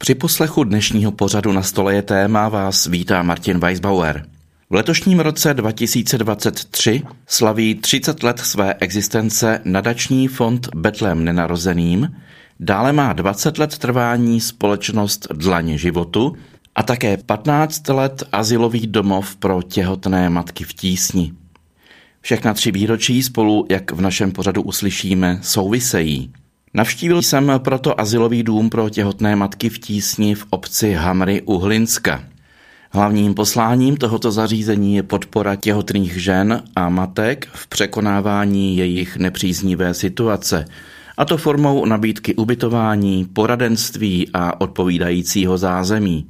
Při poslechu dnešního pořadu Na stole je téma vás vítá Martin Weisbauer. V letošním roce 2023 slaví 30 let své existence nadační fond Betlém nenarozeným, dále má 20 let trvání společnost Dlaň životu a také 15 let azylový domov pro těhotné matky v tísni. Všechna 3 výročí spolu, jak v našem pořadu uslyšíme, souvisejí. Navštívil jsem proto azylový dům pro těhotné matky v tísni v obci Hamry u Hlinska. Hlavním posláním tohoto zařízení je podpora těhotných žen a matek v překonávání jejich nepříznivé situace, a to formou nabídky ubytování, poradenství a odpovídajícího zázemí.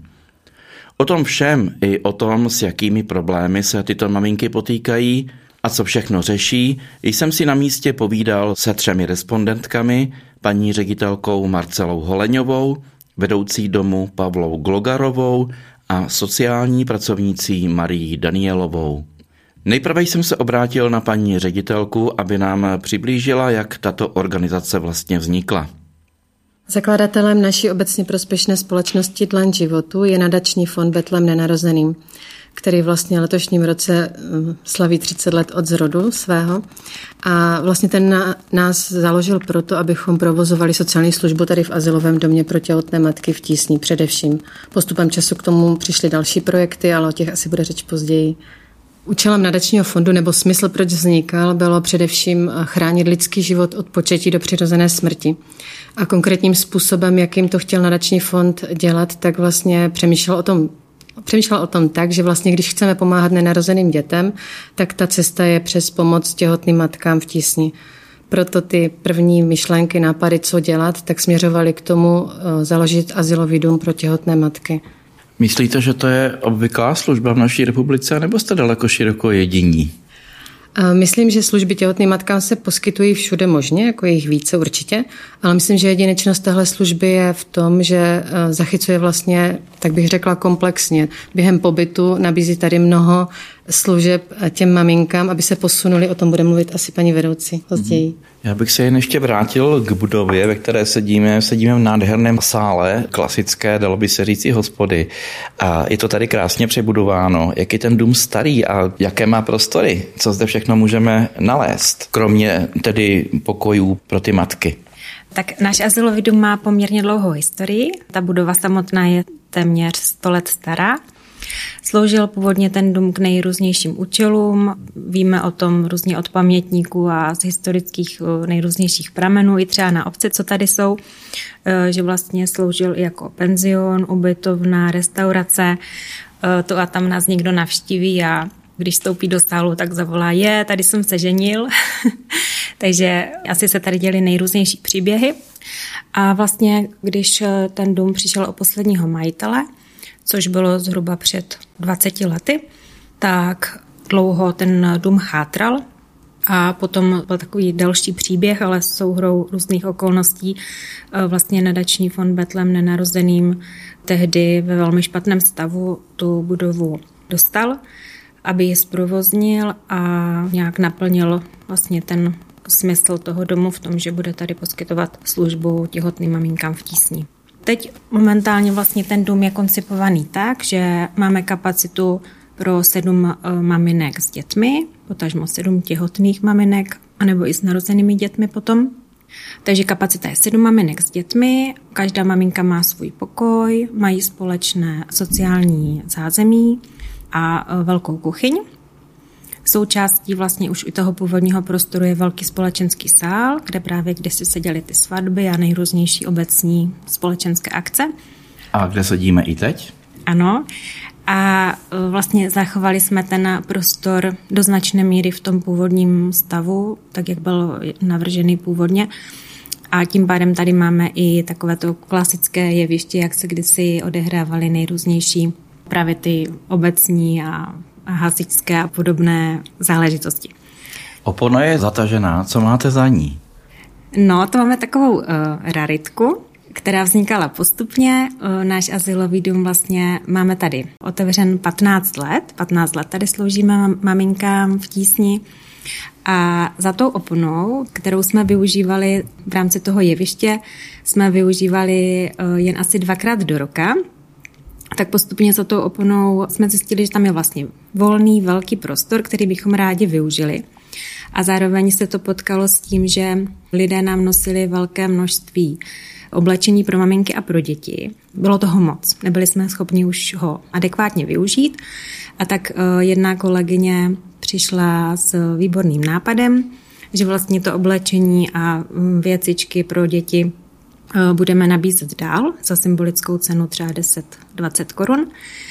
O tom všem i o tom, s jakými problémy se tyto maminky potýkají a co všechno řeší, jsem si na místě povídal se 3 respondentkami, paní ředitelkou Marcelou Holeňovou, vedoucí domu Pavlou Glogarovou a sociální pracovnící Marií Danielovou. Nejprve jsem se obrátil na paní ředitelku, aby nám přiblížila, jak tato organizace vlastně vznikla. Zakladatelem naší obecně prospěšné společnosti Dlaň životu je nadační fond Betlém nenarozeným, který vlastně letošním roce slaví 30 let od zrodu svého. A vlastně ten nás založil proto, abychom provozovali sociální službu tady v azylovém domě pro těhotné matky v tísni především. Postupem času k tomu přišly další projekty, ale o těch asi bude řeč později. Účelem nadačního fondu nebo smysl, proč vznikal, bylo především chránit lidský život od početí do přirozené smrti. A konkrétním způsobem, jakým to chtěl nadační fond dělat, tak vlastně přemýšlel o tom tak, že vlastně když chceme pomáhat nenarozeným dětem, tak ta cesta je přes pomoc těhotným matkám v tísni. Proto ty první myšlenky, nápady, co dělat, tak směřovaly k tomu založit azylový dům pro těhotné matky. Myslíte, že to je obvyklá služba v naší republice, nebo jste daleko široko jediní? Myslím, že služby těhotným matkám se poskytují všude možně, jako je jich více určitě, ale myslím, že jedinečnost téhle služby je v tom, že zachycuje vlastně, tak bych řekla, komplexně. Během pobytu nabízí tady mnoho služeb těm maminkám, aby se posunuli, o tom bude mluvit asi paní vedoucí později. Já bych se jen ještě vrátil k budově, ve které sedíme. Sedíme v nádherném sále, klasické, dalo by se říct, hospody. A je to tady krásně přebudováno. Jak je ten dům starý a jaké má prostory? Co zde všechno můžeme nalézt, kromě tedy pokojů pro ty matky? Tak náš azylový dům má poměrně dlouhou historii. Ta budova samotná je téměř 100 let stará. Sloužil původně ten dům k nejrůznějším účelům. Víme o tom různě od pamětníků a z historických nejrůznějších pramenů, i třeba na obci, co tady jsou, že vlastně sloužil i jako penzion, ubytovna, restaurace. To a tam nás někdo navštíví a když vstoupí do sálu, tak zavolá, tady jsem se ženil. Takže asi se tady děly nejrůznější příběhy. A vlastně, když ten dům přišel o posledního majitele, což bylo zhruba před 20 lety, tak dlouho ten dům chátral a potom byl takový další příběh, ale souhrou různých okolností vlastně nadační fond Betlém nenarozeným tehdy ve velmi špatném stavu tu budovu dostal, aby ji zprovoznil a nějak naplnil vlastně ten smysl toho domu v tom, že bude tady poskytovat službu těhotným maminkám v tísni. Teď momentálně vlastně ten dům je koncipovaný tak, že máme kapacitu pro 7 maminek s dětmi, potažmo 7 těhotných maminek, anebo i s narozenými dětmi potom. Takže kapacita je 7 maminek s dětmi, každá maminka má svůj pokoj, mají společné sociální zázemí a velkou kuchyň. Součástí vlastně už i toho původního prostoru je velký společenský sál, kde právě kdysi se děly ty svatby a nejrůznější obecní společenské akce. A kde sedíme i teď? Ano. A vlastně zachovali jsme ten prostor do značné míry v tom původním stavu, tak jak byl navržený původně. A tím pádem tady máme i takovéto klasické jeviště, jak se kdysi odehrávaly nejrůznější právě ty obecní a hasičské a podobné záležitosti. Opona je zatažená, co máte za ní? No, to máme takovou raritku, která vznikala postupně. Náš azylový dům vlastně máme tady otevřen 15 let. 15 let tady sloužíme maminkám v tísni A za tou oponou, kterou jsme využívali v rámci toho jeviště, jsme využívali jen asi 2krát do roka. Tak postupně za tou oponou jsme zjistili, že tam je vlastně volný velký prostor, který bychom rádi využili. A zároveň se to potkalo s tím, že lidé nám nosili velké množství oblečení pro maminky a pro děti. Bylo toho moc. Nebyli jsme schopni už ho adekvátně využít. A tak jedna kolegyně přišla s výborným nápadem, že vlastně to oblečení a věcičky pro děti budeme nabízet dál za symbolickou cenu třeba 10-20 korun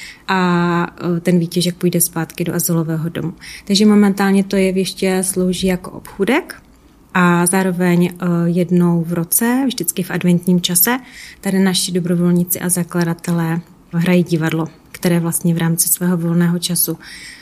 a ten výtěžek půjde zpátky do azylového domu. Takže momentálně to jeviště slouží jako obchůdek a zároveň jednou v roce, vždycky v adventním čase, tady naši dobrovolníci a zakladatelé hrají divadlo, které vlastně v rámci svého volného času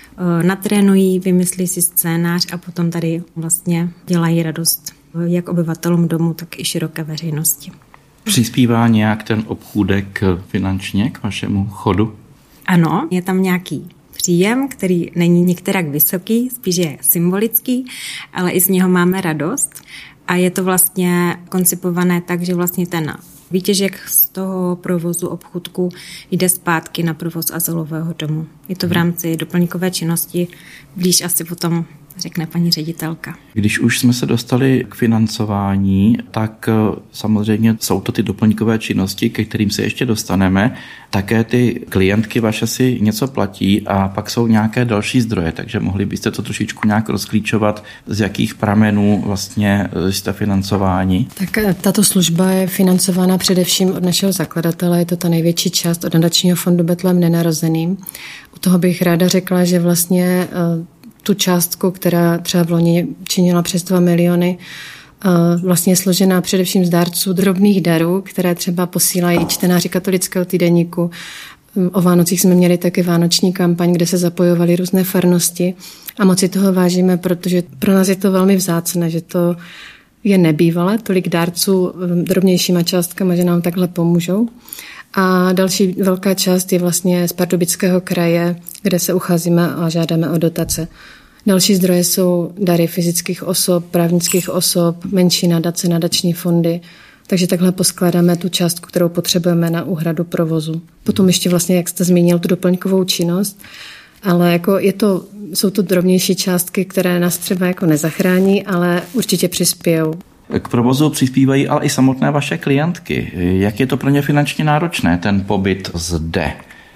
natrénují, vymyslí si scénář a potom tady vlastně dělají radost jak obyvatelům domu, tak i široké veřejnosti. Přispívá nějak ten obchůdek finančně k vašemu chodu? Ano, je tam nějaký příjem, který není některak vysoký, spíš je symbolický, ale i z něho máme radost. A je to vlastně koncipované tak, že vlastně ten výtěžek z toho provozu obchůdku jde zpátky na provoz azylového domu. Je to v rámci doplňkové činnosti, blíž asi potom řekne paní ředitelka. Když už jsme se dostali k financování, tak samozřejmě jsou to ty doplňkové činnosti, ke kterým se ještě dostaneme. Také ty klientky vaše si něco platí a pak jsou nějaké další zdroje, takže mohli byste to trošičku nějak rozklíčovat, z jakých pramenů vlastně jste financováni? Tak tato služba je financována především od našeho zakladatele, je to ta největší část od nadačního fondu Betlém nenarozeným. U toho bych ráda řekla, že vlastně tu částku, která třeba v loni činila přes 2 miliony, vlastně je složená především z dárců drobných darů, které třeba posílají čtenáři katolického týdeníku. O Vánocích jsme měli taky vánoční kampaň, kde se zapojovaly různé farnosti a moc si toho vážíme, protože pro nás je to velmi vzácné, že to je nebývalé, tolik dárců drobnějšíma částkama, že nám takhle pomůžou. A další velká část je vlastně z Pardubického kraje, kde se ucházíme a žádáme o dotace. Další zdroje jsou dary fyzických osob, právnických osob, menší nadace, nadační fondy. Takže takhle poskládáme tu částku, kterou potřebujeme na úhradu provozu. Potom ještě vlastně, jak jste zmínil, tu doplňkovou činnost, ale jako jsou to drobnější částky, které nás třeba jako nezachrání, ale určitě přispějou. K provozu přispívají ale i samotné vaše klientky. Jak je to pro ně finančně náročné, ten pobyt zde?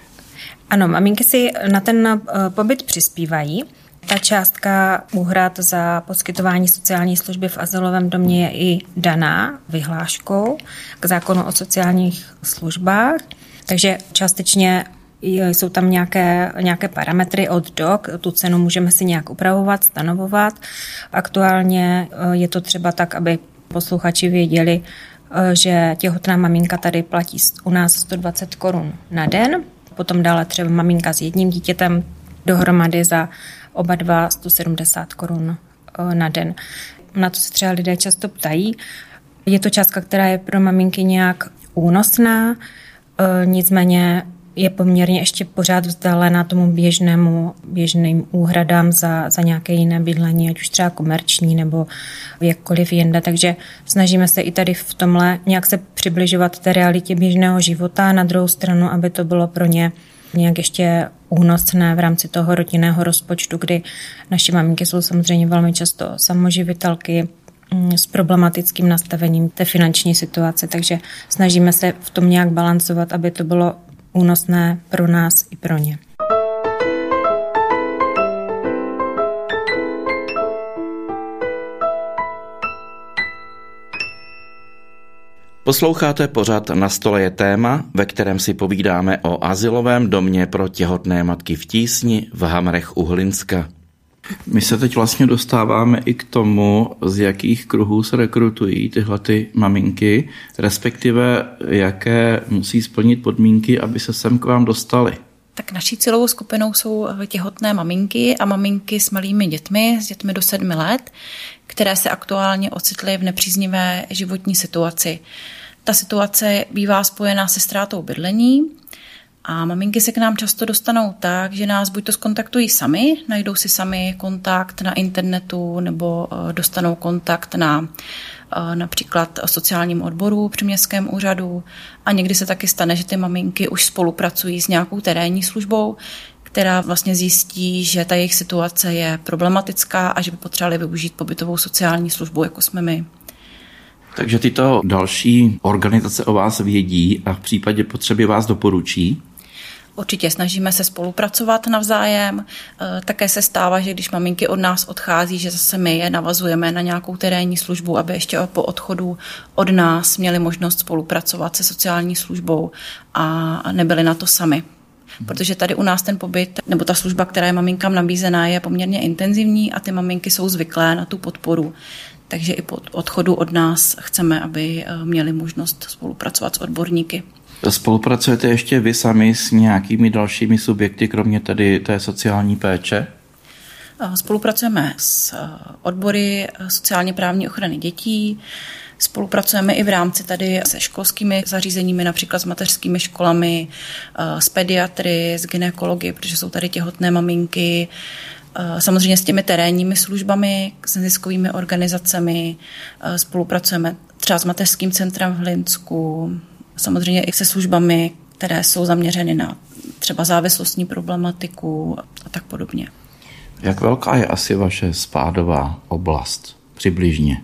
Ano, maminky si na ten pobyt přispívají. Ta částka úhrad za poskytování sociální služby v azylovém domě je i daná vyhláškou k zákonu o sociálních službách, takže částečně jsou tam nějaké parametry od do, tu cenu můžeme si nějak upravovat, stanovovat. Aktuálně je to třeba tak, aby posluchači věděli, že těhotná maminka tady platí u nás 120 korun na den, potom dále třeba maminka s jedním dítětem dohromady za oba dva 170 korun na den. Na to se třeba lidé často ptají. Je to částka, která je pro maminky nějak únosná, nicméně je poměrně ještě pořád vzdálená tomu běžným úhradám za nějaké jiné bydlení, ať už třeba komerční nebo jakkoliv jinde. Takže snažíme se i tady v tomhle nějak se přibližovat té realitě běžného života a na druhou stranu, aby to bylo pro ně nějak ještě únosné v rámci toho rodinného rozpočtu, kdy naše maminky jsou samozřejmě velmi často samoživitelky s problematickým nastavením té finanční situace, takže snažíme se v tom nějak balancovat, aby to bylo únosné pro nás i pro ně. Posloucháte pořad Na stole je téma, ve kterém si povídáme o azylovém domě pro těhotné matky v Tísni v Hamrech u Hlinska. My se teď vlastně dostáváme i k tomu, z jakých kruhů se rekrutují tyhle ty maminky, respektive jaké musí splnit podmínky, aby se sem k vám dostali. Tak naší cílovou skupinou jsou těhotné maminky a maminky s malými dětmi, s dětmi do 7 let, které se aktuálně ocitly v nepříznivé životní situaci. Ta situace bývá spojená se ztrátou bydlení A maminky se k nám často dostanou tak, že nás buď to zkontaktují sami, najdou si sami kontakt na internetu nebo dostanou kontakt na například sociálním odboru při městském úřadu. A někdy se taky stane, že ty maminky už spolupracují s nějakou terénní službou, která vlastně zjistí, že ta jejich situace je problematická a že by potřebovali využít pobytovou sociální službu, jako jsme my. Takže tyto další organizace o vás vědí a v případě potřeby vás doporučí? Určitě snažíme se spolupracovat navzájem. Také se stává, že když maminky od nás odchází, že zase my je navazujeme na nějakou terénní službu, aby ještě po odchodu od nás měli možnost spolupracovat se sociální službou a nebyli na to sami. Protože tady u nás ten pobyt, nebo ta služba, která je maminkám nabízená, je poměrně intenzivní a ty maminky jsou zvyklé na tu podporu. Takže i po odchodu od nás chceme, aby měli možnost spolupracovat s odborníky. Spolupracujete ještě vy sami s nějakými dalšími subjekty, kromě tedy té sociální péče? Spolupracujeme s odbory sociálně právní ochrany dětí, spolupracujeme i v rámci tady se školskými zařízeními, například s mateřskými školami, s pediatry, s gynekology, protože jsou tady těhotné maminky, samozřejmě s těmi terénními službami, s neziskovými organizacemi, spolupracujeme třeba s mateřským centrem v Hlinsku, samozřejmě i se službami, které jsou zaměřeny na třeba závislostní problematiku a tak podobně. Jak velká je asi vaše spádová oblast přibližně?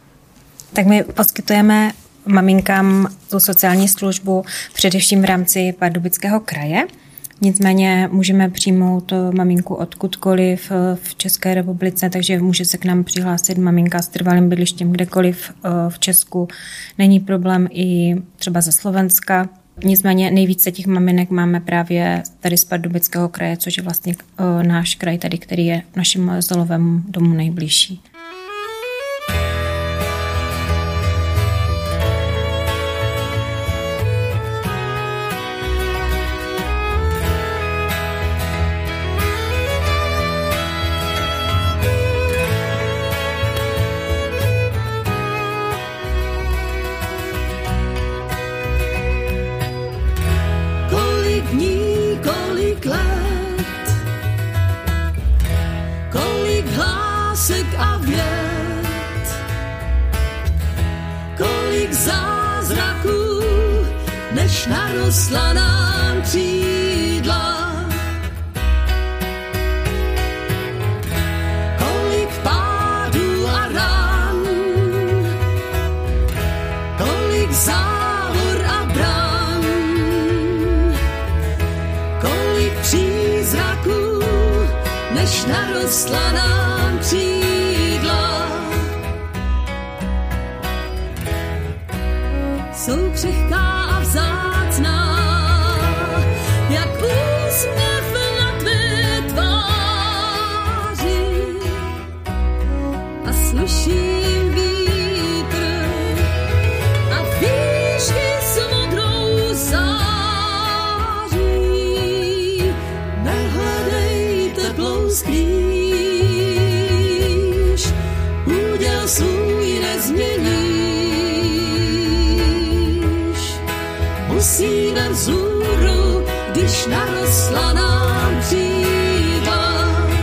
Tak my poskytujeme maminkám tu sociální službu především v rámci Pardubického kraje. Nicméně můžeme přijmout maminku odkudkoliv v České republice, takže může se k nám přihlásit maminka s trvalým bydlištěm kdekoliv v Česku. Není problém i třeba ze Slovenska. Nicméně nejvíce těch maminek máme právě tady z Pardubického kraje, což je vlastně náš kraj tady, který je našemu azylovému domu nejbližší. A věd, kolik zázraků, než narostla nám křídla. Kolik pádů a ran, kolik záhor a bran, kolik přízraků, než narostla nám křídla. Jsou křehká a vzácná, jak úsměv na tvé tváři a sluší vítr a výšky s modrou září. Nehledej teplou skrýš, úděl svůj nezmění. Musíme vzhůru, když narostla nám křídla.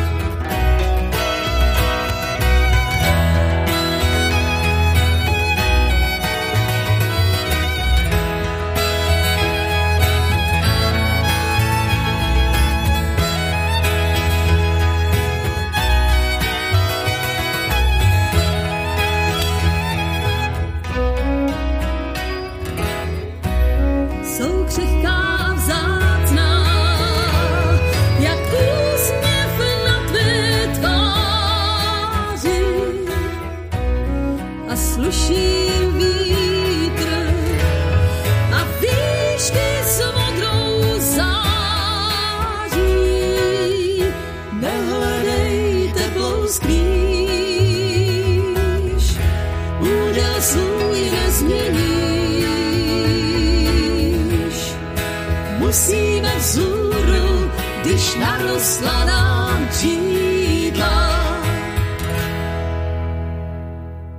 Musíme vzhůru, když narostla nám křídla.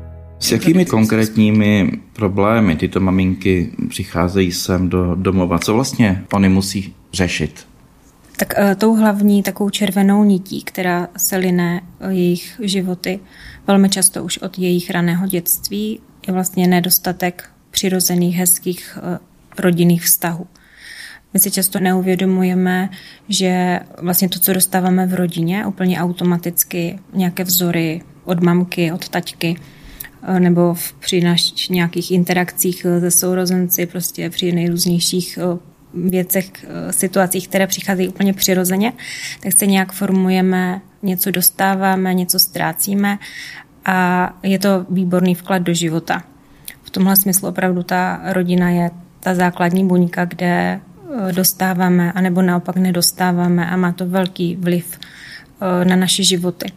S jakými konkrétními problémy tyto maminky přicházejí sem do domova? Co vlastně oni musí řešit? Tak tou hlavní takovou červenou nití, která se line jejich životy velmi často už od jejich raného dětství, je vlastně nedostatek přirozených, hezkých rodinných vztahů. My si často neuvědomujeme, že vlastně to, co dostáváme v rodině, úplně automaticky nějaké vzory od mamky, od taťky, nebo při nějakých interakcích se sourozenci, prostě při nejrůznějších věcech, situacích, které přicházejí úplně přirozeně, tak se nějak formujeme, něco dostáváme, něco ztrácíme a je to výborný vklad do života. V tomhle smyslu opravdu ta rodina je ta základní buňka, kde dostáváme, anebo naopak nedostáváme a má to velký vliv na naše životy.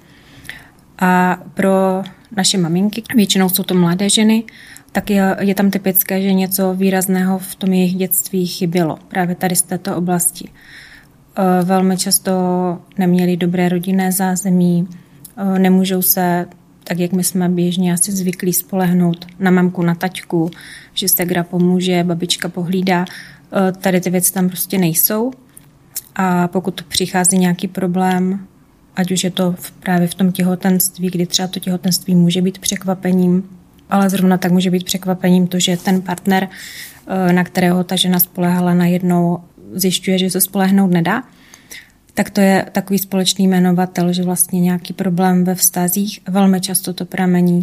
A pro naše maminky, většinou jsou to mladé ženy, tak je tam typické, že něco výrazného v tom jejich dětství chybělo právě tady z této oblasti. Velmi často neměli dobré rodinné zázemí, nemůžou se, tak jak my jsme běžně asi zvyklí, spolehnout na mamku, na taťku, že segra pomůže, babička pohlídá. Tady ty věci tam prostě nejsou. A pokud přichází nějaký problém, ať už je to právě v tom těhotenství, kdy třeba to těhotenství může být překvapením, ale zrovna tak může být překvapením to, že ten partner, na kterého ta žena spoléhala, najednou zjišťuje, že se spolehnout nedá, tak to je takový společný jmenovatel, že vlastně nějaký problém ve vztazích, velmi často to pramení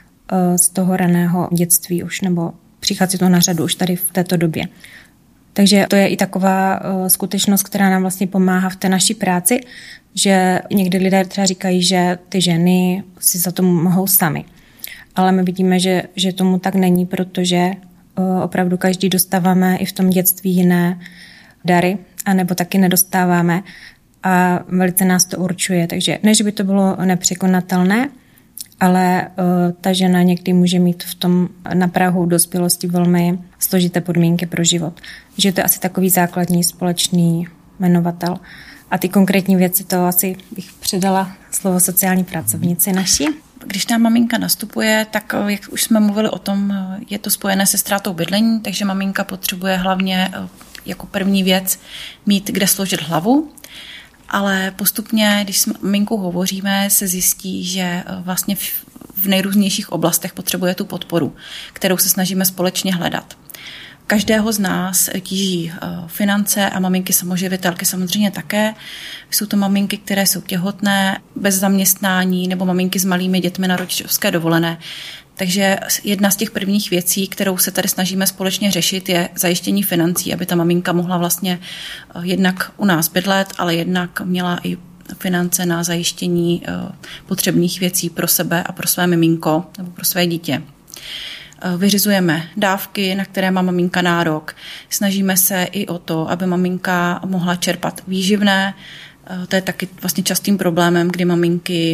z toho raného dětství už, nebo přichází to na řadu už tady v této době. Takže to je i taková skutečnost, která nám vlastně pomáhá v té naší práci, že někdy lidé třeba říkají, že ty ženy si za to mohou sami. Ale my vidíme, že tomu tak není, protože opravdu každý dostáváme i v tom dětství jiné dary, anebo taky nedostáváme a velice nás to určuje. Takže ne, že by to bylo nepřekonatelné, ale ta žena někdy může mít v tom na prahu dospělosti velmi složité podmínky pro život. Takže to je asi takový základní společný jmenovatel. A ty konkrétní věci, to asi bych předala slovo sociální pracovnici naší. Když ta maminka nastupuje, tak jak už jsme mluvili o tom, je to spojené se ztrátou bydlení, takže maminka potřebuje hlavně jako první věc mít kde složit hlavu, ale postupně, když s maminkou hovoříme, se zjistí, že vlastně v nejrůznějších oblastech potřebuje tu podporu, kterou se snažíme společně hledat. Každého z nás tíží finance a maminky samoživitelky samozřejmě také. Jsou to maminky, které jsou těhotné, bez zaměstnání nebo maminky s malými dětmi na rodičovské dovolené. Takže jedna z těch prvních věcí, kterou se tady snažíme společně řešit, je zajištění financí, aby ta maminka mohla vlastně jednak u nás bydlet, ale jednak měla i finance na zajištění potřebných věcí pro sebe a pro své miminko nebo pro své dítě. Vyřizujeme dávky, na které má maminka nárok. Snažíme se i o to, aby maminka mohla čerpat výživné. To je taky vlastně častým problémem, kdy maminky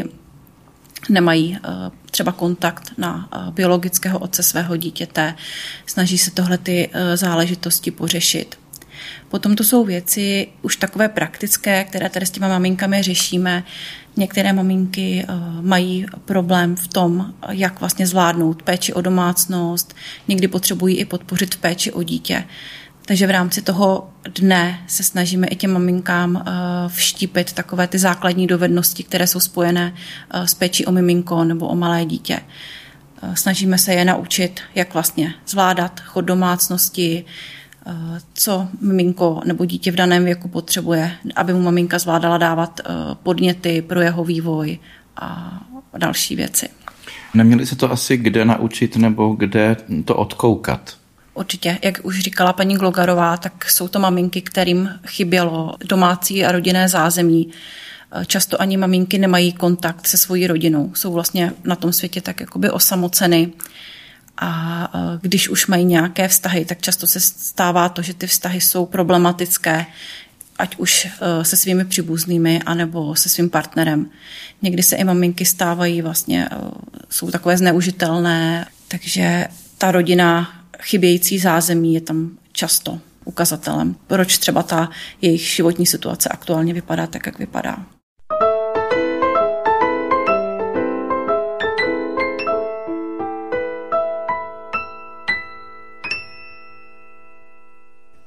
nemají třeba kontakt na biologického otce svého dítěte. Snaží se tohle ty záležitosti pořešit. Potom to jsou věci už takové praktické, které tady s těma maminkami řešíme. Některé maminky mají problém v tom, jak vlastně zvládnout péči o domácnost, někdy potřebují i podpořit v péči o dítě. Takže v rámci toho dne se snažíme i těm maminkám vštípit takové ty základní dovednosti, které jsou spojené s péčí o miminko nebo o malé dítě. Snažíme se je naučit, jak vlastně zvládat chod domácnosti, co miminko nebo dítě v daném věku potřebuje, aby mu maminka zvládala dávat podněty pro jeho vývoj a další věci. Neměli se to asi kde naučit nebo kde to odkoukat? Určitě, jak už říkala paní Glogarová, tak jsou to maminky, kterým chybělo domácí a rodinné zázemí. Často ani maminky nemají kontakt se svojí rodinou. Jsou vlastně na tom světě tak jakoby osamoceny. A když už mají nějaké vztahy, tak často se stává to, že ty vztahy jsou problematické, ať už se svými příbuznými, anebo se svým partnerem. Někdy se i maminky stávají vlastně, jsou takové zneužitelné, takže ta rodina, chybějící zázemí je tam často ukazatelem, proč třeba ta jejich životní situace aktuálně vypadá tak, jak vypadá.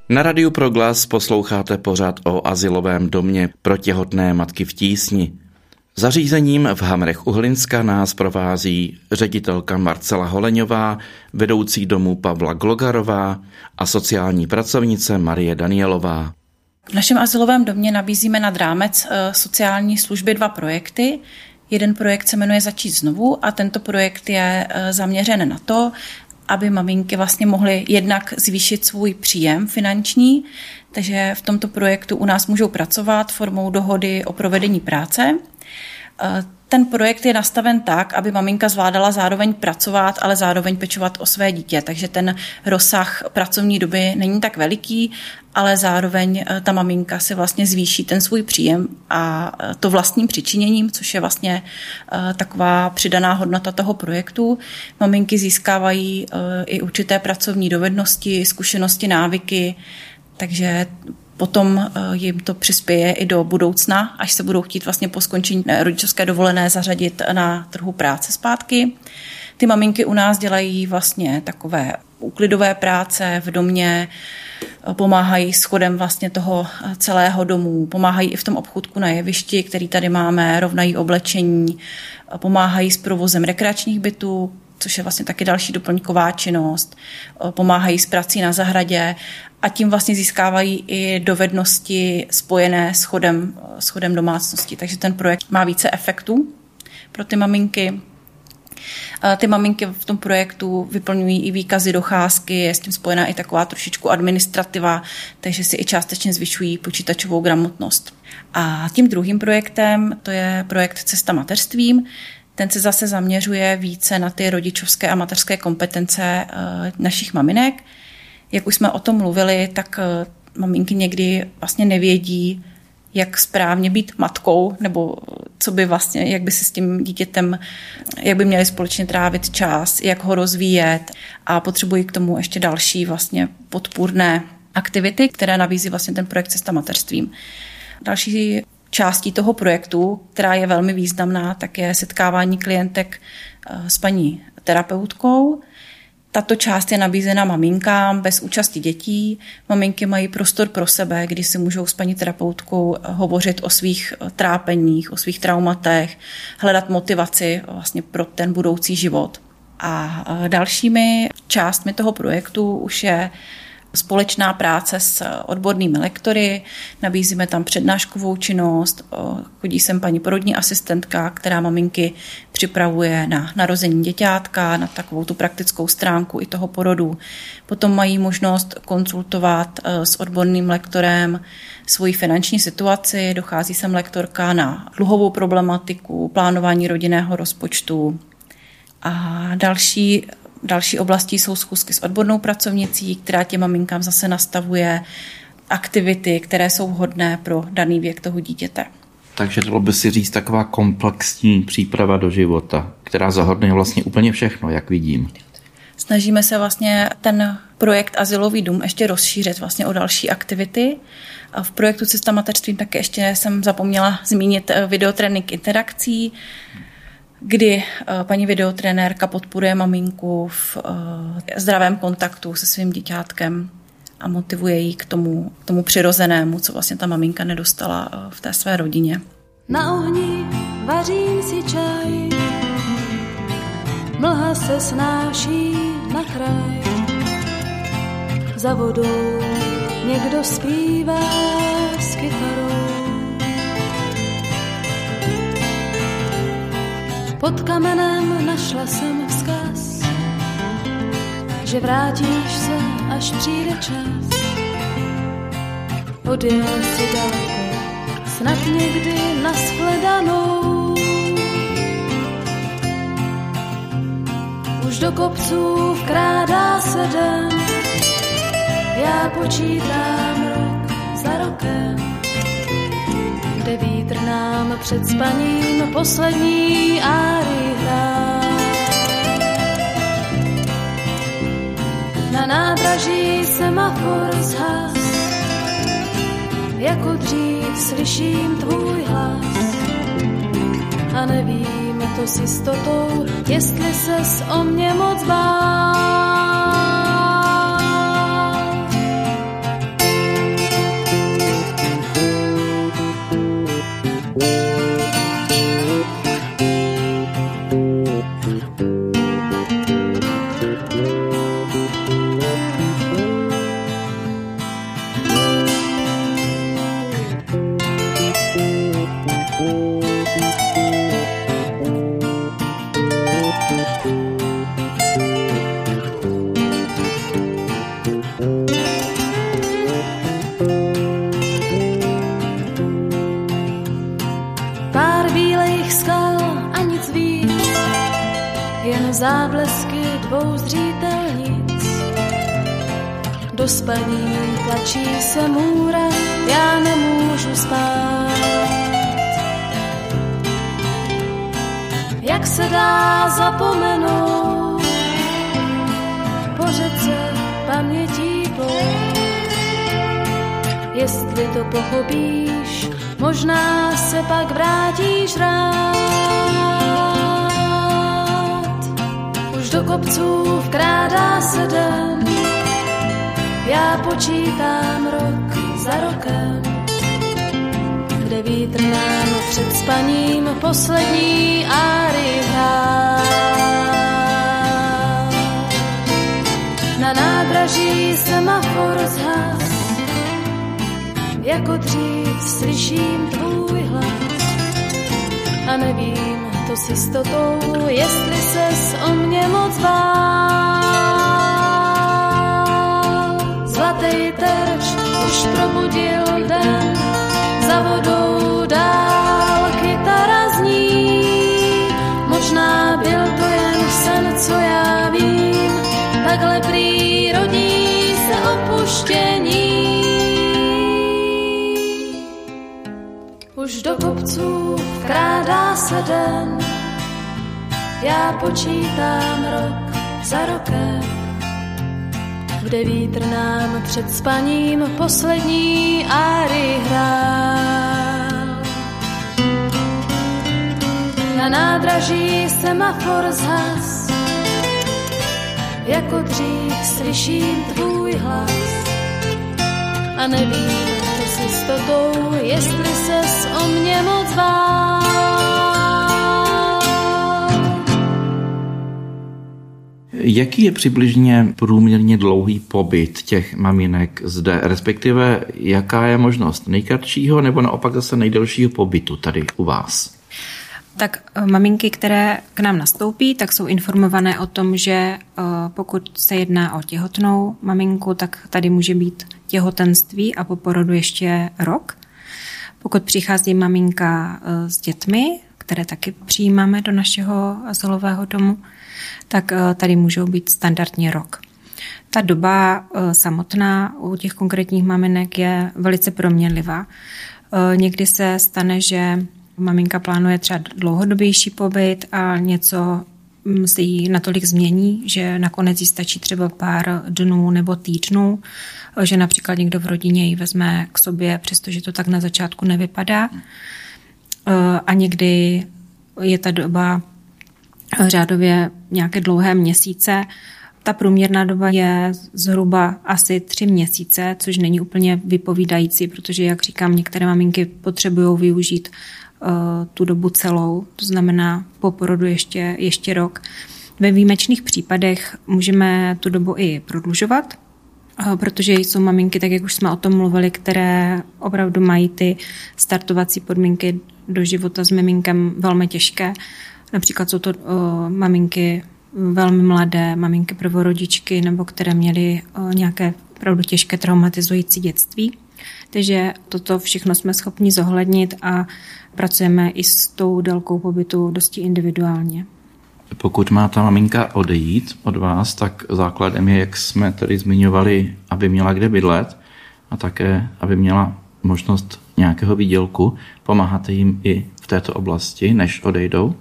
Na Radiu Proglas posloucháte pořad o azylovém domě pro těhotné matky v tísni. Zařízením v Hamrech u Hlinska nás provází ředitelka Marcela Holeňová, vedoucí domu Pavla Glogarová a sociální pracovnice Marie Danielová. V našem azylovém domě nabízíme nad rámec sociální služby 2 projekty. Jeden projekt se jmenuje Začít znovu a tento projekt je zaměřen na to, aby maminky vlastně mohly jednak zvýšit svůj příjem finanční, takže v tomto projektu u nás můžou pracovat formou dohody o provedení práce. Ten projekt je nastaven tak, aby maminka zvládala zároveň pracovat, ale zároveň pečovat o své dítě, takže ten rozsah pracovní doby není tak veliký, ale zároveň ta maminka si vlastně zvýší ten svůj příjem a to vlastním přičiněním, což je vlastně taková přidaná hodnota toho projektu. Maminky získávají i určité pracovní dovednosti, zkušenosti, návyky, takže potom jim to přispěje i do budoucna, až se budou chtít vlastně po skončení rodičovské dovolené zařadit na trhu práce zpátky. Ty maminky u nás dělají vlastně takové úklidové práce v domě, pomáhají s chodem vlastně toho celého domu, pomáhají i v tom obchůdku na jevišti, který tady máme, rovnají oblečení, pomáhají s provozem rekreačních bytů, což je vlastně taky další doplňková činnost, pomáhají s prací na zahradě a tím vlastně získávají i dovednosti spojené s chodem domácnosti. Takže ten projekt má více efektů pro ty maminky. Ty maminky v tom projektu vyplňují i výkazy, docházky, je s tím spojená i taková trošičku administrativa, takže si i částečně zvyšují počítačovou gramotnost. A tím druhým projektem, to je projekt Cesta mateřstvím, ten se zase zaměřuje více na ty rodičovské a mateřské kompetence našich maminek. Jak už jsme o tom mluvili, tak maminky někdy vlastně nevědí, jak správně být matkou, nebo co by vlastně, jak by si s tím dítětem, jak by měli společně trávit čas, jak ho rozvíjet a potřebují k tomu ještě další vlastně podpůrné aktivity, které nabízí vlastně ten projekt Cesta mateřstvím. Další částí toho projektu, která je velmi významná, tak je setkávání klientek s paní terapeutkou. Tato část je nabízena maminkám bez účasti dětí. Maminky mají prostor pro sebe, kdy si můžou s paní terapeutkou hovořit o svých trápeních, o svých traumatech, hledat motivaci vlastně pro ten budoucí život. A dalšími částmi toho projektu už je společná práce s odbornými lektory, nabízíme tam přednáškovou činnost, chodí sem paní porodní asistentka, která maminky připravuje na narození děťátka, na takovou tu praktickou stránku i toho porodu. Potom mají možnost konzultovat s odborným lektorem svoji finanční situaci, dochází sem lektorka na dluhovou problematiku, plánování rodinného rozpočtu a Další oblastí jsou schůzky s odbornou pracovnicí, která těm maminkám zase nastavuje aktivity, které jsou vhodné pro daný věk toho dítěte. Takže dalo by si říct taková komplexní příprava do života, která zahrnuje vlastně úplně všechno, jak vidím. Snažíme se vlastně ten projekt Azylový dům ještě rozšířit vlastně o další aktivity. V projektu Cesta mateřstvím také ještě jsem zapomněla zmínit videotrénink interakcí, kdy paní videotrenérka podporuje maminku v zdravém kontaktu se svým díťátkem a motivuje ji k tomu přirozenému, co vlastně ta maminka nedostala v té své rodině. Na ohni vařím si čaj, mlha se snáší na kraj. Za vodou někdo zpívá s kytarou. Pod kamenem našla jsem vzkaz, že vrátíš se, až přijde čas. Odjel si daleko, snad někdy nashledanou. Už do kopců vkrádá se den, já počítám rok za rokem, kde vítr nám před spaním poslední áry hrá. Na nádraží semafor zhas, jako dřív slyším tvůj hlas a nevím to s jistotou, jestli ses o mě moc bál. záblesky dvou zřítelnic. Do spaní tlačí se můra, já nemůžu spát. Jak se dá zapomenout po řece pamětí plout? Jestli to pochopíš, možná se pak vrátíš rád. Už do kopců vkrádá se den, já počítám rok za rokem, kde vítr nám před spaním poslední áry hrá. Na nádraží semafor zhas, jako dřív slyším tvůj hlas a nevím to s jistotou, jestli ses o mě moc bál. Zlatý terč už probudil den, za vodou dál kytara zní. Možná byl to jen sen, co já vím, takhle prý rodí se opuštění. Už do kopců vkrádá se den, já počítám rok za rokem, kde vítr nám před spaním poslední áry hrál. Na nádraží semafor zhas, jako dřív slyším tvůj hlas a nevím to s jistotou, jestli ses o mě moc bál. Jaký je přibližně průměrně dlouhý pobyt těch maminek zde, respektive jaká je možnost nejkratšího nebo naopak zase nejdelšího pobytu tady u vás? Tak maminky, které k nám nastoupí, tak jsou informované o tom, že pokud se jedná o těhotnou maminku, tak tady může být těhotenství a po porodu ještě rok. Pokud přichází maminka s dětmi, které taky přijímáme do našeho azylového domu, tak tady můžou být standardně rok. Ta doba samotná u těch konkrétních maminek je velice proměnlivá. Někdy se stane, že maminka plánuje třeba dlouhodobější pobyt a něco se jí natolik změní, že nakonec jí stačí třeba pár dnů nebo týdnů, že například někdo v rodině ji vezme k sobě, přestože to tak na začátku nevypadá. A někdy je ta doba řádově nějaké dlouhé měsíce. Ta průměrná doba je zhruba asi 3 měsíce, což není úplně vypovídající, protože, jak říkám, některé maminky potřebují využít tu dobu celou, to znamená po porodu ještě rok. Ve výjimečných případech můžeme tu dobu i prodlužovat, protože jsou maminky, tak jak už jsme o tom mluvili, které opravdu mají ty startovací podmínky do života s miminkem velmi těžké. Například jsou to maminky velmi mladé, maminky prvorodičky, nebo které měly nějaké opravdu těžké traumatizující dětství. Takže toto všechno jsme schopni zohlednit a pracujeme i s tou délkou pobytu dosti individuálně. Pokud má ta maminka odejít od vás, tak základem je, jak jsme tady zmiňovali, aby měla kde bydlet a také, aby měla možnost nějakého výdělku. Pomáháte jim i v této oblasti, než odejdou?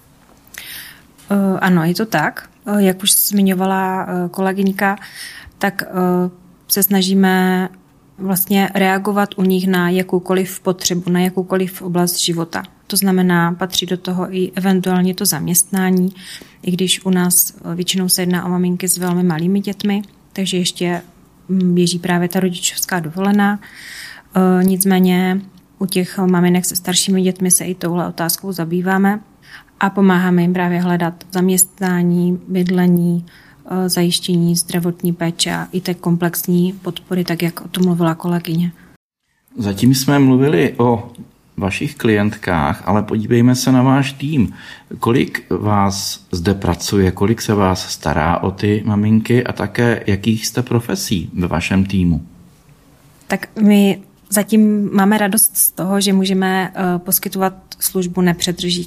Ano, je to tak. Jak už zmiňovala kolegyňka, tak se snažíme vlastně reagovat u nich na jakoukoliv potřebu, na jakoukoliv oblast života. To znamená, patří do toho i eventuálně to zaměstnání, i když u nás většinou se jedná o maminky s velmi malými dětmi, takže ještě běží právě ta rodičovská dovolená. Nicméně u těch maminek se staršími dětmi se i touhle otázkou zabýváme a pomáháme jim právě hledat zaměstnání, bydlení, zajištění zdravotní péče a i té komplexní podpory, tak jak o tom mluvila kolegyně. Zatím jsme mluvili o vašich klientkách, ale podívejme se na váš tým. Kolik vás zde pracuje, kolik se vás stará o ty maminky a také jakých jste profesí ve vašem týmu? Tak my zatím máme radost z toho, že můžeme poskytovat službu nepřetržitě.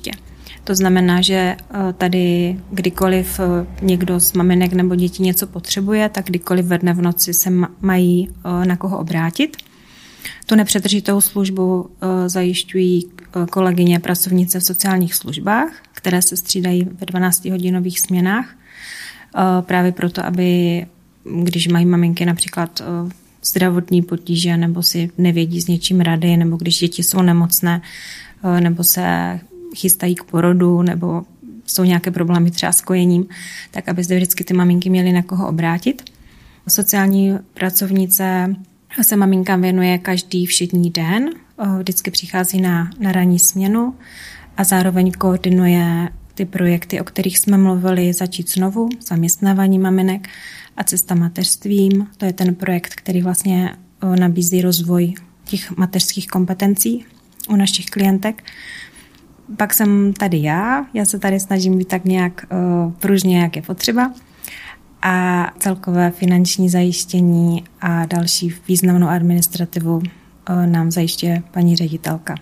To znamená, že tady kdykoliv někdo z maminek nebo dětí něco potřebuje, tak kdykoliv ve dne v noci se mají na koho obrátit. Tu nepřetržitou službu zajišťují kolegyně pracovnice v sociálních službách, které se střídají ve 12hodinových směnách. Právě proto, aby když mají maminky například zdravotní potíže nebo si nevědí s něčím rady, nebo když děti jsou nemocné, nebo se chystají k porodu, nebo jsou nějaké problémy třeba s kojením, tak aby zde vždycky ty maminky měly na koho obrátit. Sociální pracovnice se maminkám věnuje každý všední den, vždycky přichází na ranní směnu a zároveň koordinuje ty projekty, o kterých jsme mluvili, Začít znovu, zaměstnávání maminek a Cesta mateřstvím. To je ten projekt, který vlastně nabízí rozvoj těch mateřských kompetencí u našich klientek. Pak jsem tady já se tady snažím být tak nějak pružně, jak je potřeba. A celkové finanční zajištění a další významnou administrativu nám zajišťuje paní ředitelka.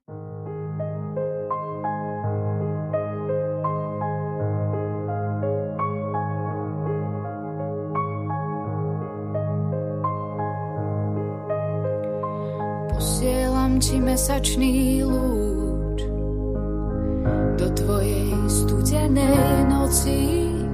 Posielam ti mesačný lúč do tvojej studenej noci.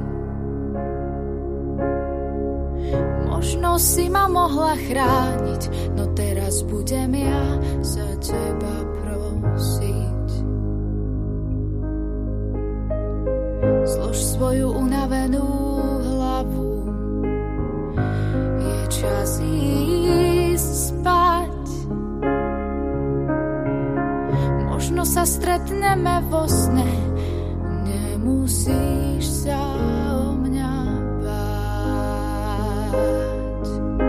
Možno si ma mohla chrániť, no teraz budem ja za teba prosiť. Zlož svoju unavenú hlavu, je čas ísť spať. Možno sa stretneme vo sne, nemusíš sa o mňa báť.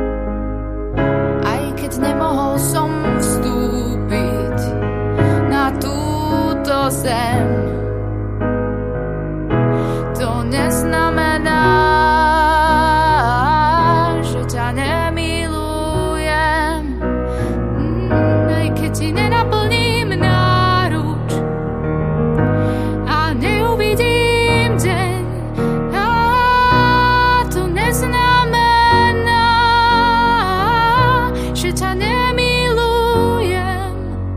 Aj keď nemohol som vstúpiť na túto zem, to neznamená, že ťa nemilujem. Aj keď ti nenaplním náruč a neuvidím deň, a to neznamená, že ťa nemilujem.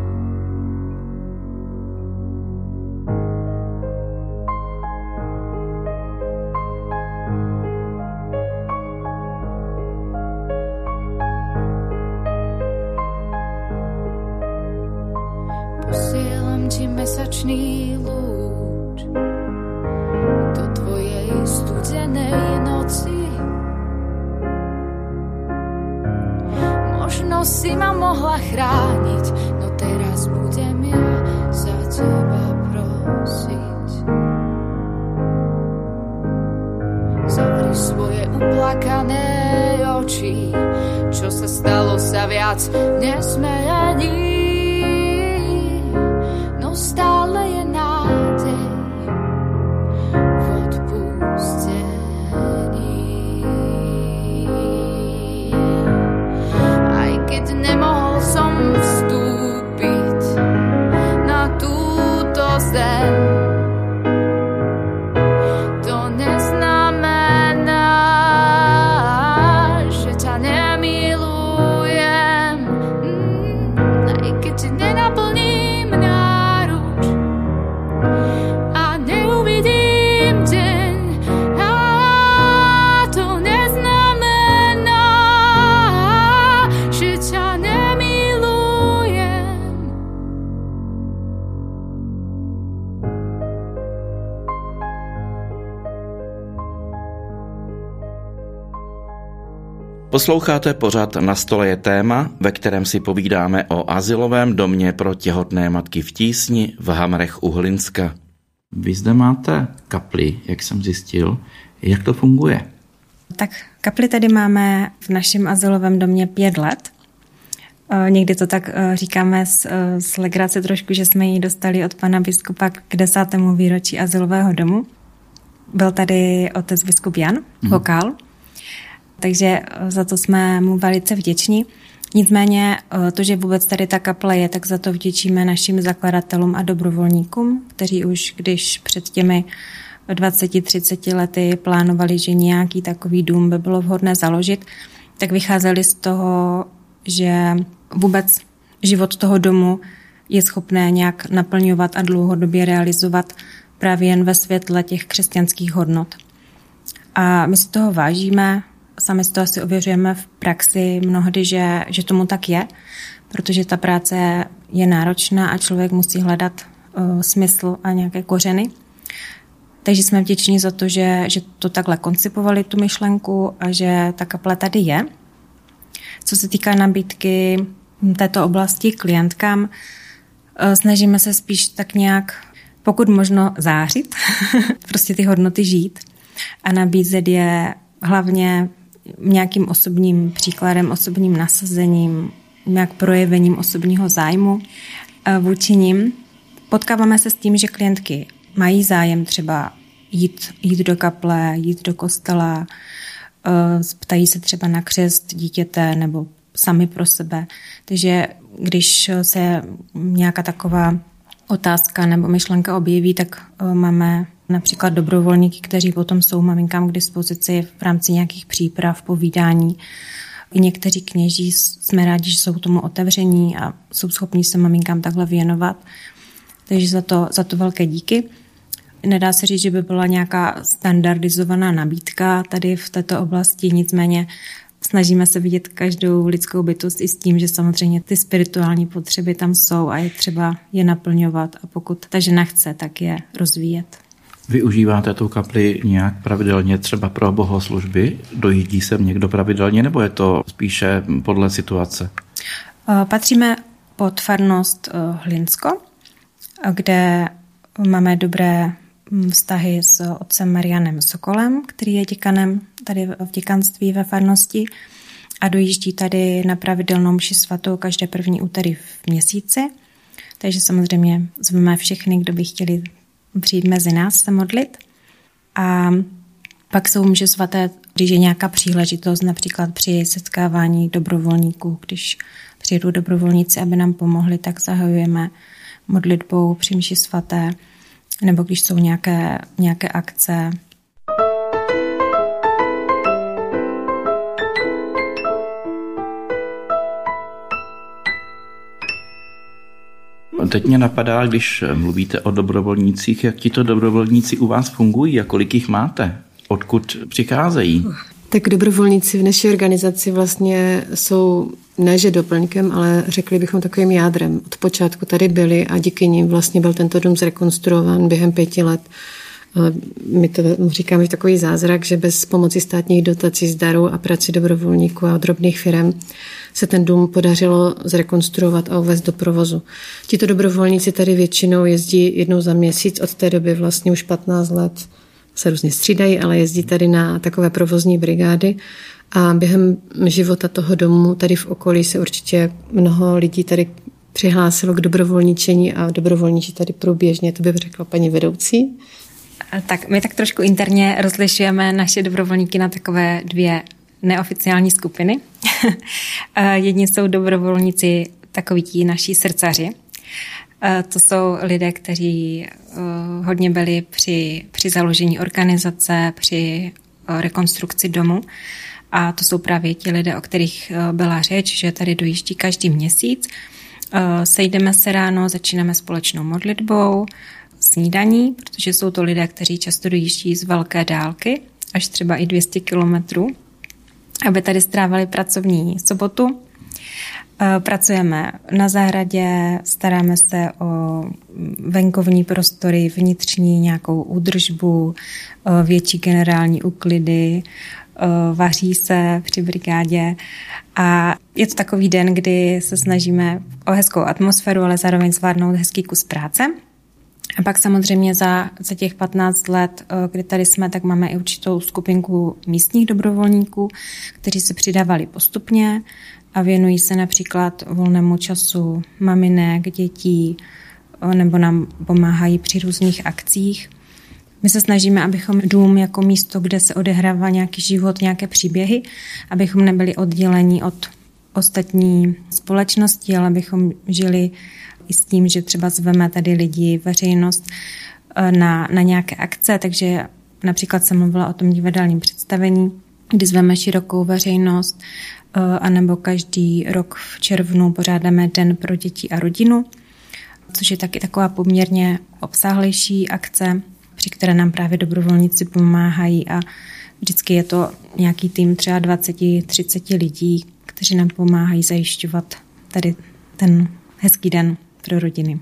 Posielam ti mesačný lúč do tvojej studenej noci. Možno si ma mohla chrániť, no teraz budem ja za teba prosiť. Zavri svoje uplakané oči, čo sa stalo sa viac nesmení. No stále je nádej v odpustení. Aj keď nemohol som vstúpiť na túto zem, to neznamená, že ťa nemilujem. Aj keď ti nenaplním náruč a neuvidím deň, a to neznamená, že ťa nemilujem. Posloucháte pořad Na stole je téma, ve kterém si povídáme o azylovém domě pro těhotné matky v Tísni v Hamrech u Hlinska. Vy zde máte kapli, jak jsem zjistil. Jak to funguje? Tak kapli tady máme v našem azylovém domě 5 let. Někdy to tak říkáme z legrace trošku, že jsme ji dostali od pana biskupa k 10. výročí azylového domu. Byl tady otec biskup Jan Hokal, takže za to jsme mu velice vděční. Nicméně to, že vůbec tady ta kaple je, tak za to vděčíme našim zakladatelům a dobrovolníkům, kteří už když před těmi 20-30 lety plánovali, že nějaký takový dům by bylo vhodné založit, tak vycházeli z toho, že vůbec život toho domu je schopné nějak naplňovat a dlouhodobě realizovat právě jen ve světle těch křesťanských hodnot. A my si toho vážíme, sami si to asi ověřujeme v praxi mnohdy, že tomu tak je, protože ta práce je náročná a člověk musí hledat smysl a nějaké kořeny. Takže jsme vděční za to, že to takhle koncipovali, tu myšlenku, a že ta kaple tady je. Co se týká nabídky této oblasti klientkám, snažíme se spíš tak nějak, pokud možno, zářit, prostě ty hodnoty žít a nabízet je hlavně nějakým osobním příkladem, osobním nasazením, nějak projevením osobního zájmu vůči nim. Potkáváme se s tím, že klientky mají zájem třeba jít do kaple, jít do kostela, ptají se třeba na křest dítěte nebo sami pro sebe. Takže když se nějaká taková otázka nebo myšlenka objeví, tak máme například dobrovolníky, kteří potom jsou maminkám k dispozici v rámci nějakých příprav, povídání. I někteří kněží jsme rádi, že jsou tomu otevření a jsou schopní se maminkám takhle věnovat. Takže za to velké díky. Nedá se říct, že by byla nějaká standardizovaná nabídka tady v této oblasti, nicméně snažíme se vidět každou lidskou bytost i s tím, že samozřejmě ty spirituální potřeby tam jsou a je třeba je naplňovat a pokud ta žena chce, tak je rozvíjet. Využíváte tu kapli nějak pravidelně třeba pro bohoslužby? Dojíždí sem někdo pravidelně nebo je to spíše podle situace? Patříme pod farnost Hlinsko, kde máme dobré vztahy s otcem Marianem Sokolem, který je děkanem tady v děkanství ve farnosti a dojíždí tady na pravidelnou mši svatou každé první úterý v měsíci. Takže samozřejmě zveme všechny, kdo by chtěli přijít mezi nás se modlit. A pak jsou mše svaté, když je nějaká příležitost, například při setkávání dobrovolníků, když přijedou dobrovolníci, aby nám pomohli, tak zahajujeme modlitbou při mši svaté, nebo když jsou nějaké akce. Teď mě napadá, když mluvíte o dobrovolnících, jak tito dobrovolníci u vás fungují a kolik jich máte? Odkud přicházejí? Tak dobrovolníci v naší organizaci vlastně jsou ne že doplňkem, ale řekli bychom takovým jádrem. Od počátku tady byli a díky nim vlastně byl tento dům zrekonstruován během 5 let. My to říkáme takový zázrak, že bez pomoci státních dotací, zdarů a práci dobrovolníků a drobných firem se ten dům podařilo zrekonstruovat a uvést do provozu. Tito dobrovolníci tady většinou jezdí jednou za měsíc, od té doby vlastně už 15 let se různě střídají, ale jezdí tady na takové provozní brigády a během života toho domu tady v okolí se určitě mnoho lidí tady přihlásilo k dobrovolničení a dobrovolníci tady průběžně, to by řekla paní vedoucí. Tak my tak trošku interně rozlišujeme naše dobrovolníky na takové 2 neoficiální skupiny. Jedni jsou dobrovolníci takoví ti naši srdcaři. To jsou lidé, kteří hodně byli při založení organizace, při rekonstrukci domu. A to jsou právě ti lidé, o kterých byla řeč, že tady dojíždí každý měsíc. Sejdeme se ráno, začínáme společnou modlitbou, snídaní, protože jsou to lidé, kteří často dojíždí z velké dálky, až třeba i 200 kilometrů, aby tady strávili pracovní sobotu. Pracujeme na zahradě, staráme se o venkovní prostory, vnitřní nějakou údržbu, větší generální úklidy, vaří se při brigádě a je to takový den, kdy se snažíme o hezkou atmosféru, ale zároveň zvládnout hezký kus práce. A pak samozřejmě za těch 15 let, kdy tady jsme, tak máme i určitou skupinku místních dobrovolníků, kteří se přidávali postupně a věnují se například volnému času maminek, dětí nebo nám pomáhají při různých akcích. My se snažíme, abychom dům jako místo, kde se odehrává nějaký život, nějaké příběhy, abychom nebyli oddělení od ostatní společnosti, ale abychom žili i s tím, že třeba zveme tady lidi, veřejnost na nějaké akce, takže například jsem mluvila o tom divadelním představení, kdy zveme širokou veřejnost, anebo každý rok v červnu pořádáme Den pro děti a rodinu, což je taky taková poměrně obsáhlejší akce, při které nám právě dobrovolníci pomáhají a vždycky je to nějaký tým třeba 20-30 lidí, kteří nám pomáhají zajišťovat tady ten hezký den pro rodiny.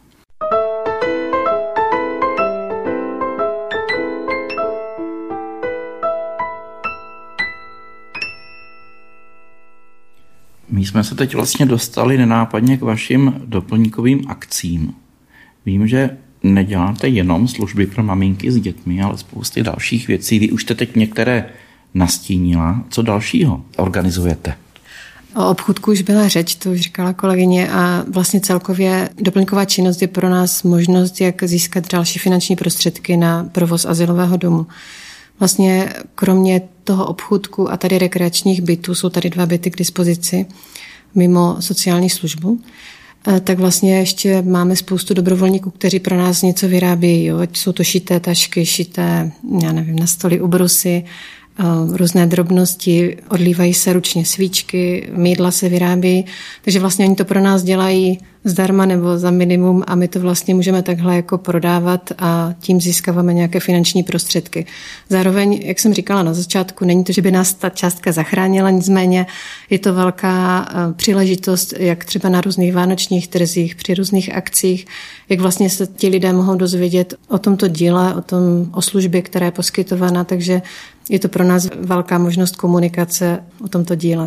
My jsme se teď vlastně dostali nenápadně k vašim doplňkovým akcím. Vím, že neděláte jenom služby pro maminky s dětmi, ale spousty dalších věcí. Vy už jste teď některé nastínila. Co dalšího organizujete? O obchůdku už byla řeč, to už říkala kolegyně, a vlastně celkově doplňková činnost je pro nás možnost, jak získat další finanční prostředky na provoz azylového domu. Vlastně kromě toho obchůdku a tady rekreačních bytů, jsou tady 2 byty k dispozici mimo sociální službu, tak vlastně ještě máme spoustu dobrovolníků, kteří pro nás něco vyrábějí. Jo? Ať jsou to šité tašky, šité, já nevím, na stoly, ubrusy, různé drobnosti, odlívají se ručně svíčky, mýdla se vyrábí, takže vlastně oni to pro nás dělají zdarma nebo za minimum a my to vlastně můžeme takhle jako prodávat a tím získáváme nějaké finanční prostředky. Zároveň, jak jsem říkala na začátku, není to, že by nás ta částka zachránila, nicméně je to velká příležitost, jak třeba na různých vánočních trzích, při různých akcích, jak vlastně se ti lidé mohou dozvědět o tomto díle, o službě, která je poskytována, takže je to pro nás velká možnost komunikace o tomto díle.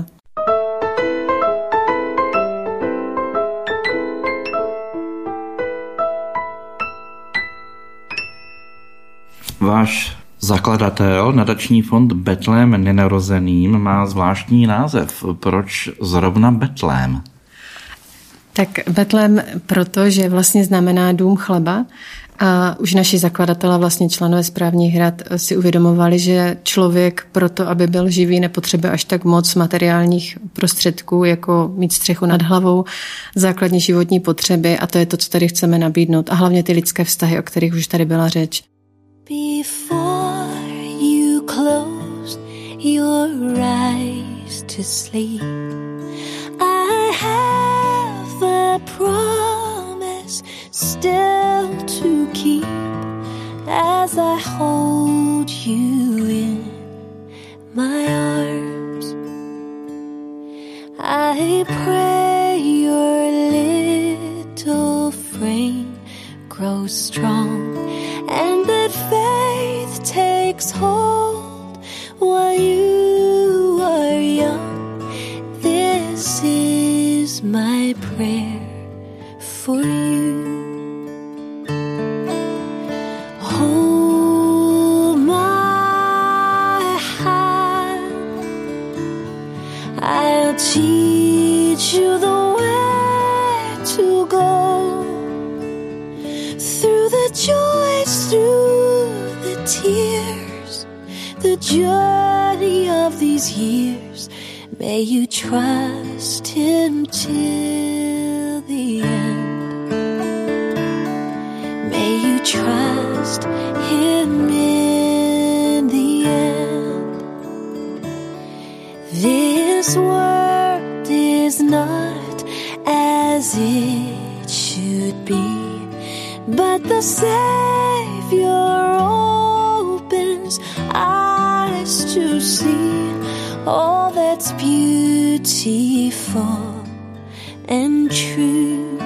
Váš zakladatel, nadační fond Betlém nenarozeným, má zvláštní název. Proč zrovna Betlém? Tak Betlém proto, že vlastně znamená dům chleba a už naši zakladatelé, vlastně členové správních rad, si uvědomovali, že člověk proto, aby byl živý, nepotřebuje až tak moc materiálních prostředků, jako mít střechu nad hlavou, základní životní potřeby a to je to, co tady chceme nabídnout a hlavně ty lidské vztahy, o kterých už tady byla řeč. Before you closed your eyes to sleep, I have a promise still to keep as I hold you in my arms. I pray your little frame grows strong and that faith takes hold while you are young. This is my prayer for you. Hold my hand, I'll teach you the way to go through the joys, through the tears, the journey of these years. May you trust Him till the end. May you trust Him in the end. This world is not as it should be, but the Savior opens eyes to see all that's beautiful and true.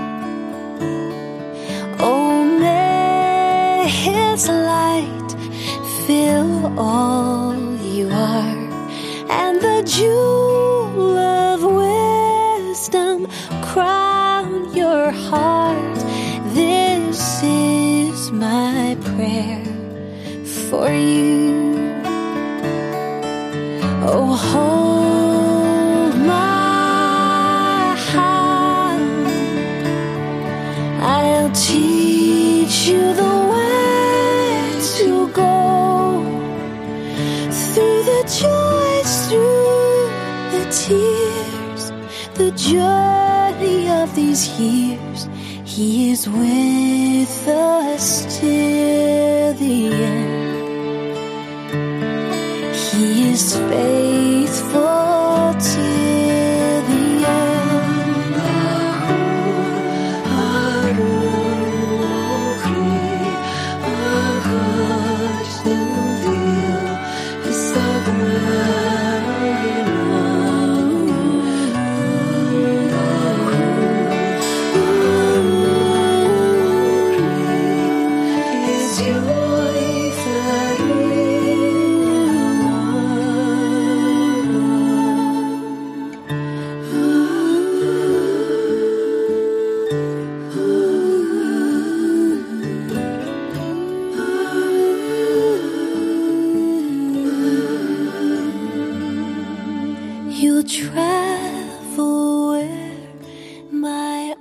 Oh, may His light fill all you are, and the jewel of wisdom crown your heart. This is my prayer for you. Oh, hold my hand, I'll teach you the way to go through the joys, through the tears, these years, He is with us till the end. He is faithful till the end. Our hearts will feel His You'll travel where my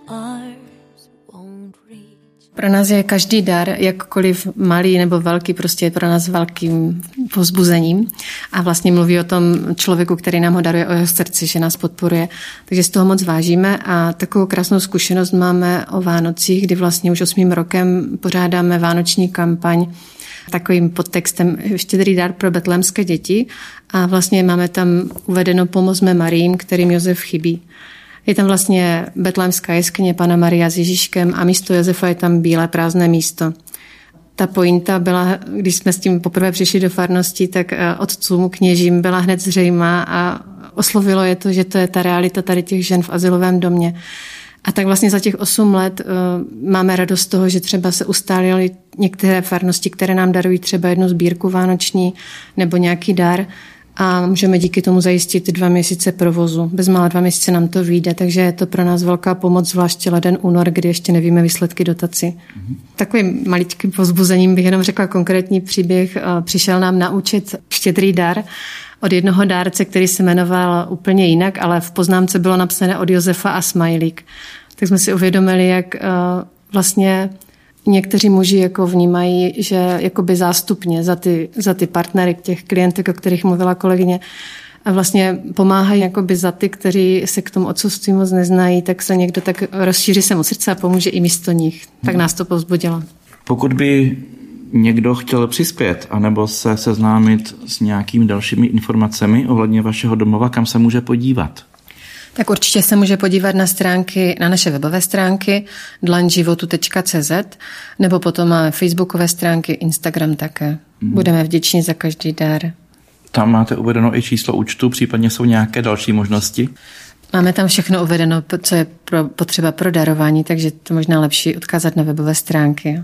arms won't reach. Pro nás je každý dar, jakkoliv malý nebo velký, prostě je pro nás velkým povzbuzením a vlastně mluví o tom člověku, který nám ho daruje, o jeho srdci, že nás podporuje. Takže z toho moc vážíme a takovou krásnou zkušenost máme o Vánocích, kdy vlastně už 8. rokem pořádáme vánoční kampaň takovým podtextem Štědrý dar pro betlémské děti a vlastně máme tam uvedeno Pomozme Mariím, kterým Josef chybí. Je tam vlastně betlémská jeskyně Panna Maria s Ježíškem a místo Josefa je tam bílé prázdné místo. Ta pointa byla, když jsme s tím poprvé přišli do farnosti, tak otcům, kněžím byla hned zřejmá a oslovilo je to, že to je ta realita tady těch žen v azylovém domě. A tak vlastně za těch 8 let máme radost z toho, že třeba se ustálily některé farnosti, které nám darují třeba jednu sbírku vánoční nebo nějaký dar a můžeme díky tomu zajistit 2 měsíce provozu. Bezmála 2 měsíce nám to vyjde, takže je to pro nás velká pomoc, zvláště leden, únor, kdy ještě nevíme výsledky dotaci. Takovým maličkým povzbuzením bych jenom řekla konkrétní příběh. Přišel nám naučit Štědrý dar od jednoho dárce, který se jmenoval úplně jinak, ale v poznámce bylo napsané od Josefa a smajlík. Tak jsme si uvědomili, jak vlastně někteří muži jako vnímají, že jakoby zástupně za ty partnery, těch klientek, o kterých mluvila kolegyně, a vlastně pomáhají jakoby za ty, kteří se k tomu otcovství moc neznají, tak se někdo tak rozšíří se mu srdce a pomůže i místo nich. Tak nás to povzbudilo. Pokud by někdo chtěl přispět anebo se seznámit s nějakými dalšími informacemi ohledně vašeho domova, kam se může podívat? Tak určitě se může podívat na naše webové stránky dlaňživotu.cz nebo potom máme facebookové stránky, Instagram také. Budeme vděční za každý dar. Tam máte uvedeno i číslo účtu, případně jsou nějaké další možnosti? Máme tam všechno uvedeno, co je potřeba pro darování, takže to možná lepší odkázat na webové stránky.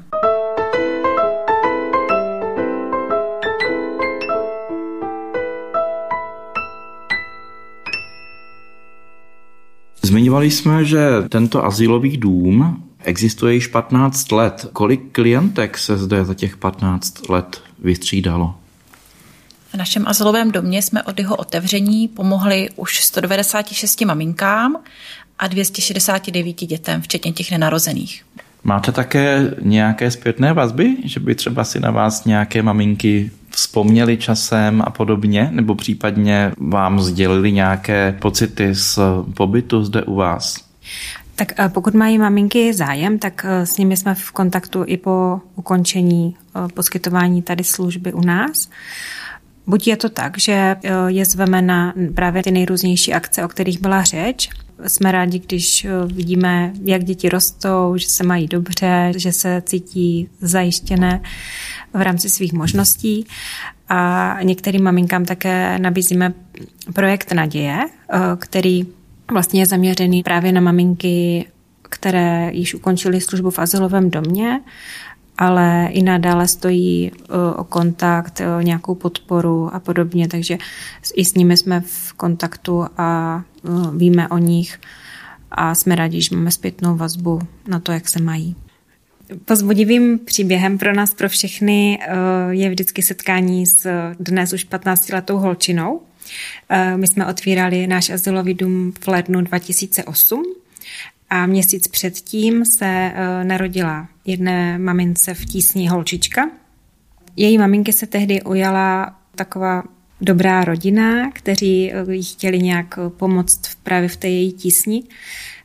Zmiňovali jsme, že tento azylový dům existuje již 15 let. Kolik klientek se zde za těch 15 let vystřídalo? V našem azylovém domě jsme od jeho otevření pomohli už 196 maminkám a 269 dětem, včetně těch nenarozených. Máte také nějaké zpětné vazby, že by třeba si na vás nějaké maminky vzpomněli časem a podobně, nebo případně vám sdělili nějaké pocity z pobytu zde u vás? Tak pokud mají maminky zájem, tak s nimi jsme v kontaktu i po ukončení poskytování tady služby u nás. Buď je to tak, že je zveme na právě ty nejrůznější akce, o kterých byla řeč. Jsme rádi, když vidíme, jak děti rostou, že se mají dobře, že se cítí zajištěné v rámci svých možností. A některým maminkám také nabízíme projekt Naděje, který vlastně je zaměřený právě na maminky, které již ukončily službu v azylovém domě, ale i nadále stojí o kontakt, o nějakou podporu a podobně, takže i s nimi jsme v kontaktu a víme o nich a jsme rádi, že máme zpětnou vazbu na to, jak se mají. Povzbudivým příběhem pro nás, pro všechny, je vždycky setkání s dnes už 15letou holčinou. My jsme otvírali náš azylový dům v lednu 2008 a měsíc předtím se narodila jedné mamince v tísni holčička. Její maminky se tehdy ujala taková dobrá rodina, kteří jí chtěli nějak pomoct právě v té její tísni.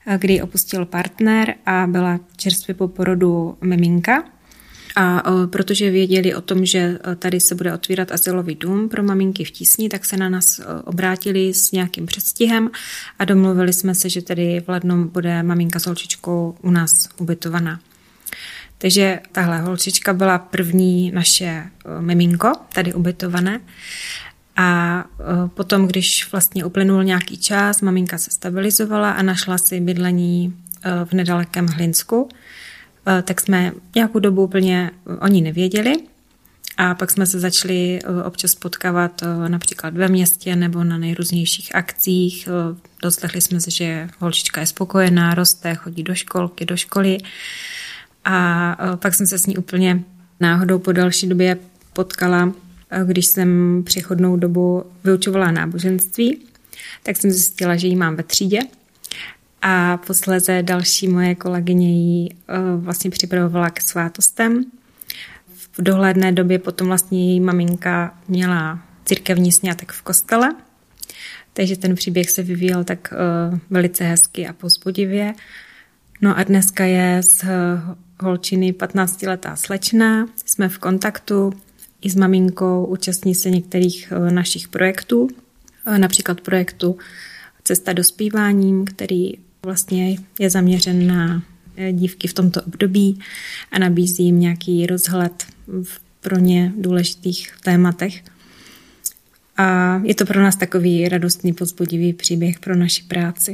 kdy ji opustil partner a byla čerstvě po porodu miminka. A protože věděli o tom, že tady se bude otvírat azylový dům pro maminky v Tísni, tak se na nás obrátili s nějakým předstihem a domluvili jsme se, že tady v lednu bude maminka s holčičkou u nás ubytovaná. Takže tahle holčička byla první naše miminko tady ubytované. A potom, když vlastně uplynul nějaký čas, maminka se stabilizovala a našla si bydlení v nedalekém Hlinsku, tak jsme nějakou dobu úplně o ní nevěděli a pak jsme se začali občas potkávat například ve městě nebo na nejrůznějších akcích. Doslechli jsme se, že holčička je spokojená, roste, chodí do školky, do školy a pak jsem se s ní úplně náhodou po další době potkala, když jsem přechodnou dobu vyučovala náboženství, tak jsem zjistila, že ji mám ve třídě. A posléze další moje kolegyně ji vlastně připravovala ke svátostem. V dohledné době potom vlastně její maminka měla církevní sňatek v kostele, takže ten příběh se vyvíjel tak velice hezky a povzbudivě. No a dneska je z holčiny 15letá slečna, jsme v kontaktu i s maminkou, účastní se některých našich projektů, například projektu Cesta dospíváním, který vlastně je zaměřen na dívky v tomto období a nabízí jim nějaký rozhled v pro ně důležitých tématech. A je to pro nás takový radostný, povzbudivý příběh pro naši práci.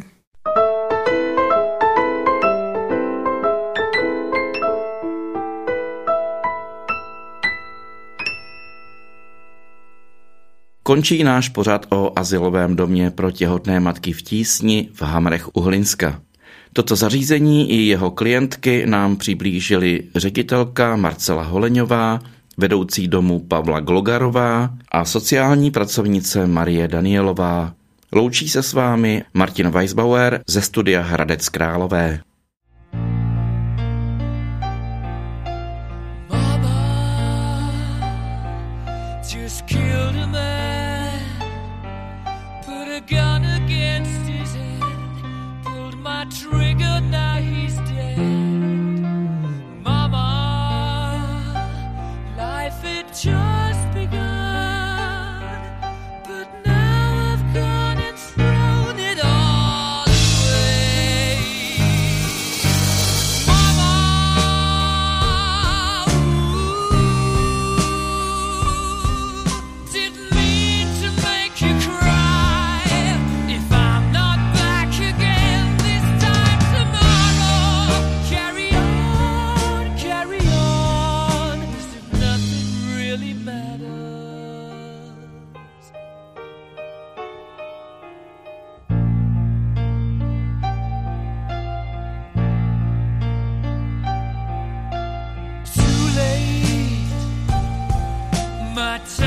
Končí náš pořad o azylovém domě pro těhotné matky v Tísni v Hamrech u Hlinska. Toto zařízení i jeho klientky nám přiblížili ředitelka Marcela Holeňová, vedoucí domu Pavla Glogarová a sociální pracovnice Marie Danielová. Loučí se s vámi Martin Weisbauer ze studia Hradec Králové. My time